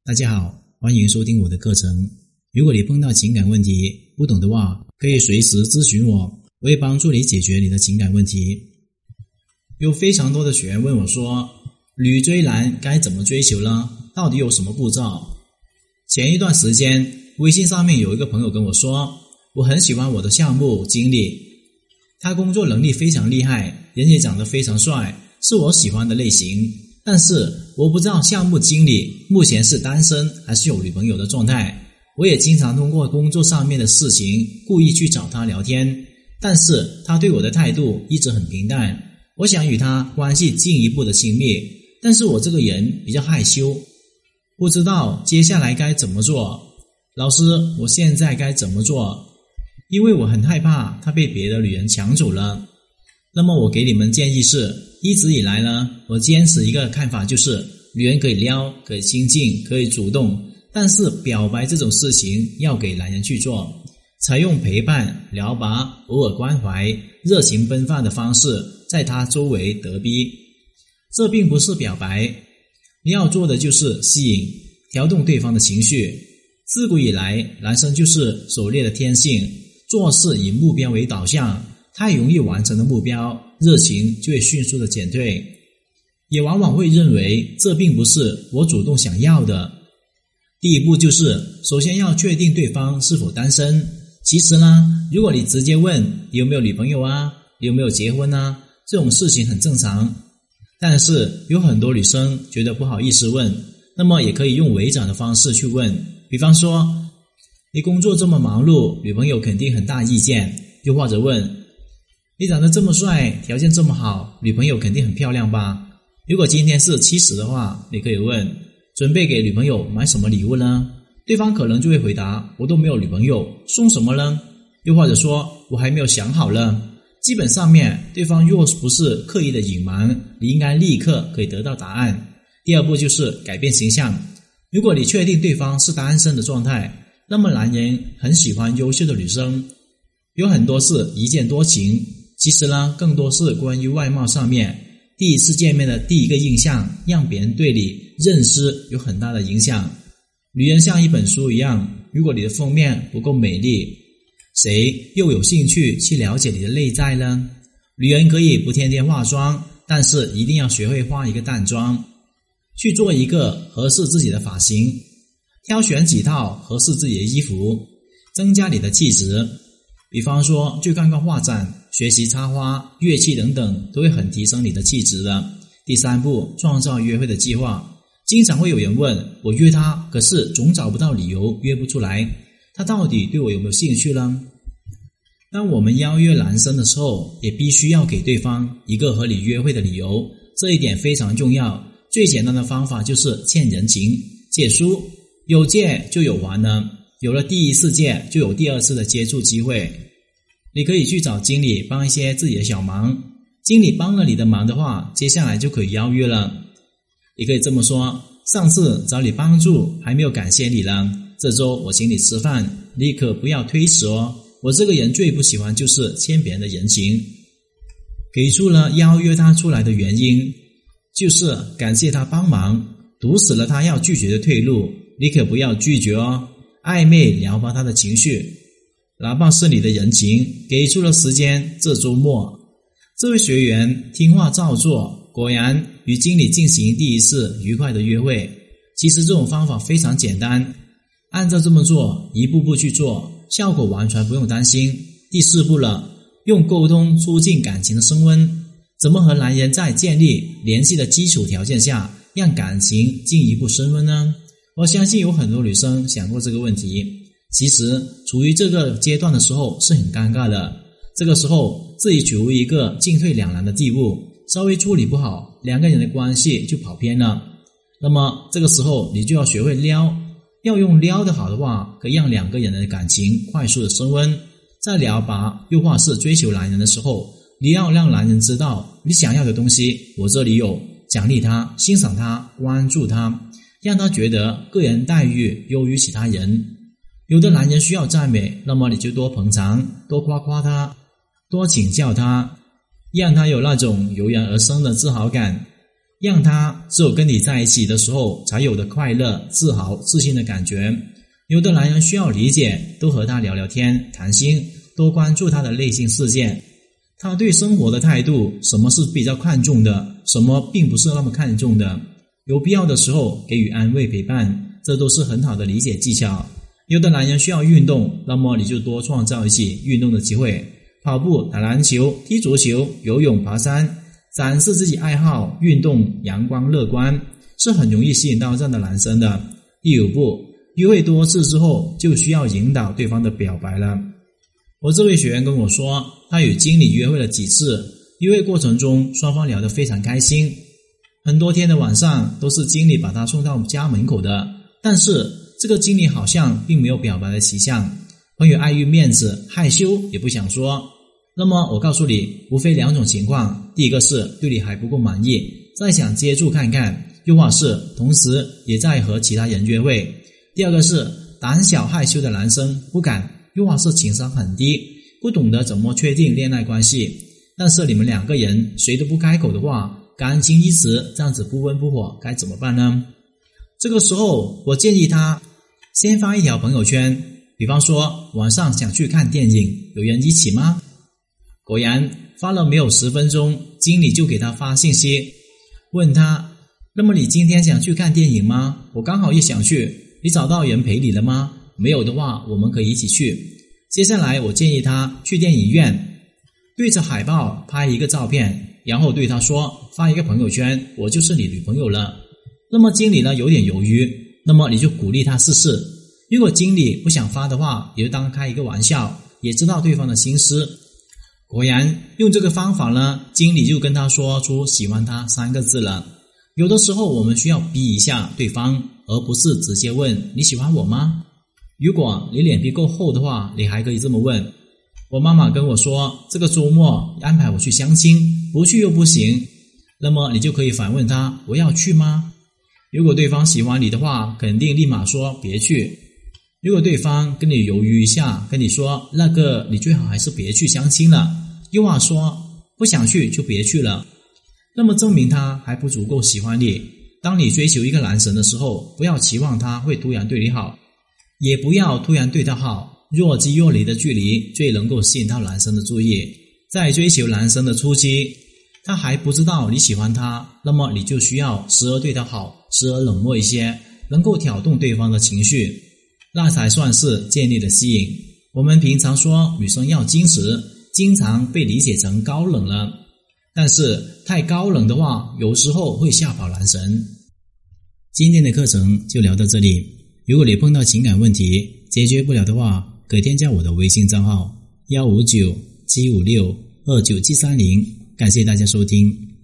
大家好，欢迎收听我的课程。如果你碰到情感问题不懂的话，可以随时咨询我，我会帮助你解决你的情感问题。有非常多的学员问我说，女追男该怎么追求呢？到底有什么步骤？前一段时间微信上面有一个朋友跟我说，我很喜欢我的项目经理，他工作能力非常厉害，人也长得非常帅，是我喜欢的类型，但是我不知道项目经理目前是单身还是有女朋友的状态。我也经常通过工作上面的事情故意去找他聊天，但是他对我的态度一直很平淡。我想与他关系进一步的亲密，但是我这个人比较害羞，不知道接下来该怎么做。老师，我现在该怎么做？因为我很害怕他被别的女人抢走了。那么我给你们建议是，一直以来呢，我坚持一个看法，就是女人可以撩，可以亲近，可以主动，但是表白这种事情要给男人去做，采用陪伴、聊拔、偶尔关怀、热情奔放的方式在他周围得逼。这并不是表白，你要做的就是吸引、调动对方的情绪。自古以来，男生就是狩猎的天性，做事以目标为导向，太容易完成的目标，热情就会迅速的减退，也往往会认为这并不是我主动想要的。第一步就是首先要确定对方是否单身。其实呢，如果你直接问你有没有女朋友啊，你有没有结婚啊，这种事情很正常，但是有很多女生觉得不好意思问，那么也可以用委婉的方式去问，比方说你工作这么忙碌，女朋友肯定很大意见，又或者问你长得这么帅，条件这么好，女朋友肯定很漂亮吧？如果今天是70的话，你可以问准备给女朋友买什么礼物呢？对方可能就会回答，我都没有女朋友，送什么呢？又或者说我还没有想好了。基本上面对方若不是刻意的隐瞒，你应该立刻可以得到答案。第二步就是改变形象。如果你确定对方是单身的状态，那么男人很喜欢优秀的女生，有很多是一见多情，其实呢更多是关于外貌上面，第一次见面的第一个印象让别人对你认识有很大的影响。女人像一本书一样，如果你的封面不够美丽，谁又有兴趣去了解你的内在呢？女人可以不天天化妆，但是一定要学会化一个淡妆，去做一个合适自己的发型，挑选几套合适自己的衣服，增加你的气质。比方说去看看画展，学习插花、乐器等等，都会很提升你的气质的。第三步，创造约会的计划。经常会有人问，我约他，可是总找不到理由约不出来，他到底对我有没有兴趣呢？当我们邀约男生的时候，也必须要给对方一个和你约会的理由，这一点非常重要。最简单的方法就是欠人情，借书，有借就有还呢，有了第一次借就有第二次的接触机会。你可以去找经理帮一些自己的小忙，经理帮了你的忙的话，接下来就可以邀约了。你可以这么说，上次找你帮助还没有感谢你了，这周我请你吃饭，你可不要推辞哦，我这个人最不喜欢就是欠别人的人情。给出了邀约他出来的原因，就是感谢他帮忙，堵死了他要拒绝的退路，你可不要拒绝哦，暧昧撩拨他的情绪，哪怕是你的人情，给出了时间，这周末。这位学员听话照做，果然与经理进行第一次愉快的约会。其实这种方法非常简单，按照这么做，一步步去做，效果完全不用担心。第四步了，用沟通促进感情的升温。怎么和男人在建立联系的基础条件下，让感情进一步升温呢？我相信有很多女生想过这个问题。其实处于这个阶段的时候是很尴尬的，这个时候自己处于一个进退两难的地步，稍微处理不好，两个人的关系就跑偏了。那么这个时候你就要学会撩，要用撩的好的话，可以让两个人的感情快速的升温。在聊拔又或是追求男人的时候，你要让男人知道你想要的东西我这里有，奖励他，欣赏他，关注他，让他觉得个人待遇优于其他人。有的男人需要赞美，那么你就多捧场，多夸夸他，多请教他，让他有那种油然而生的自豪感。 让他只有跟你在一起的时候才有的快乐、自豪、自信的感觉。有的男人需要理解，多和他聊聊天、谈心，多关注他的内心世界，他对生活的态度，什么是比较看重的，什么并不是那么看重的，有必要的时候给予安慰陪伴，这都是很好的理解技巧。有的男人需要运动，那么你就多创造一起运动的机会，跑步、打篮球、踢足球、游泳、爬山，展示自己爱好，运动阳光乐观，是很容易吸引到这样的男生的。第5步，约会多次之后就需要引导对方的表白了。我这位学员跟我说，他与经理约会了几次，约会过程中双方聊得非常开心，很多天的晚上都是经理把他送到家门口的，但是这个经理好像并没有表白的迹象，朋友碍于面子害羞也不想说。那么我告诉你，无非2种情况，第一个是对你还不够满意，再想接触看看，又或是同时也在和其他人约会。第二个是胆小害羞的男生不敢，又或是情商很低，不懂得怎么确定恋爱关系，但是你们2个人谁都不开口的话，感情一直这样子不温不火，该怎么办呢？这个时候我建议他先发一条朋友圈，比方说晚上想去看电影，有人一起吗？果然发了没有10分钟，经理就给他发信息，问他，那么你今天想去看电影吗？我刚好也想去，你找到人陪你了吗？没有的话我们可以一起去。接下来我建议他去电影院，对着海报拍一个照片，然后对他说，发一个朋友圈，我就是你女朋友了。那么经理呢有点犹豫，那么你就鼓励他试试。如果经理不想发的话，也就当开一个玩笑，也知道对方的心思。果然用这个方法呢，经理就跟他说出喜欢他3个字了。有的时候我们需要逼一下对方，而不是直接问你喜欢我吗？如果你脸皮够厚的话，你还可以这么问，我妈妈跟我说这个周末安排我去相亲，不去又不行。那么你就可以反问他，我要去吗？如果对方喜欢你的话，肯定立马说别去。如果对方跟你犹豫一下，跟你说那个你最好还是别去相亲了，又或说不想去就别去了，那么证明他还不足够喜欢你。当你追求一个男神的时候，不要期望他会突然对你好，也不要突然对他好，若即若离的距离最能够吸引到男生的注意。在追求男生的初期，他还不知道你喜欢他，那么你就需要时而对他好，时而冷漠一些，能够挑动对方的情绪，那才算是建立的吸引。我们平常说女生要矜持，经常被理解成高冷了，但是太高冷的话，有时候会吓跑男神。今天的课程就聊到这里，如果你碰到情感问题解决不了的话，可以添加我的微信账号159-756-29730，感谢大家收听。